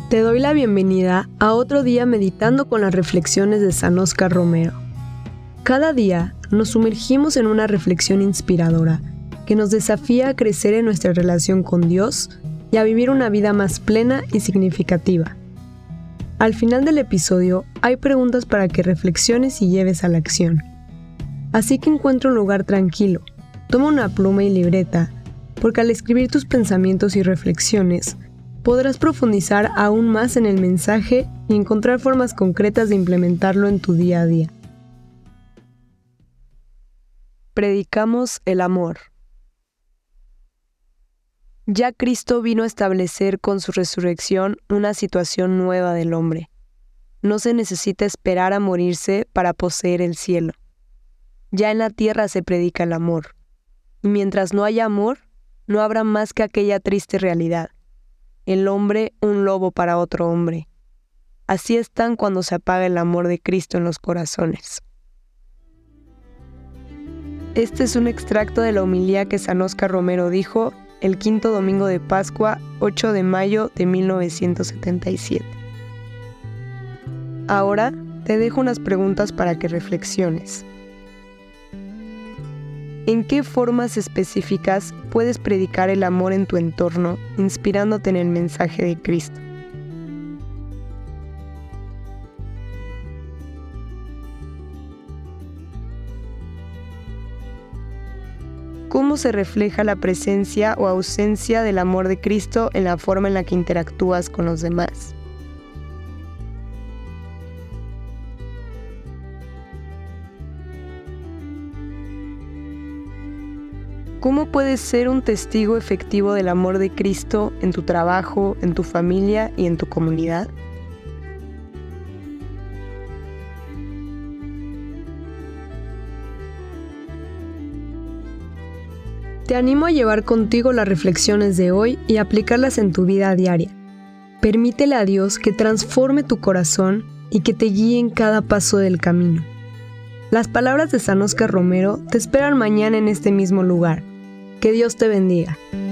Te doy la bienvenida a otro día meditando con las reflexiones de San Óscar Romero. Cada día nos sumergimos en una reflexión inspiradora que nos desafía a crecer en nuestra relación con Dios y a vivir una vida más plena y significativa. Al final del episodio hay preguntas para que reflexiones y lleves a la acción. Así que encuentra un lugar tranquilo, toma una pluma y libreta, porque al escribir tus pensamientos y reflexiones, podrás profundizar aún más en el mensaje y encontrar formas concretas de implementarlo en tu día a día. Predicamos el amor. Ya Cristo vino a establecer con su resurrección una situación nueva del hombre. No se necesita esperar a morirse para poseer el cielo. Ya en la tierra se predica el amor. Y mientras no haya amor, no habrá más que aquella triste realidad. El hombre, un lobo para otro hombre. Así están cuando se apaga el amor de Cristo en los corazones. Este es un extracto de la homilía que San Óscar Romero dijo el quinto domingo de Pascua, 8 de mayo de 1977. Ahora te dejo unas preguntas para que reflexiones. ¿En qué formas específicas puedes predicar el amor en tu entorno, inspirándote en el mensaje de Cristo? ¿Cómo se refleja la presencia o ausencia del amor de Cristo en la forma en la que interactúas con los demás? ¿Cómo puedes ser un testigo efectivo del amor de Cristo en tu trabajo, en tu familia y en tu comunidad? Te animo a llevar contigo las reflexiones de hoy y aplicarlas en tu vida diaria. Permítele a Dios que transforme tu corazón y que te guíe en cada paso del camino. Las palabras de San Óscar Romero te esperan mañana en este mismo lugar. Que Dios te bendiga.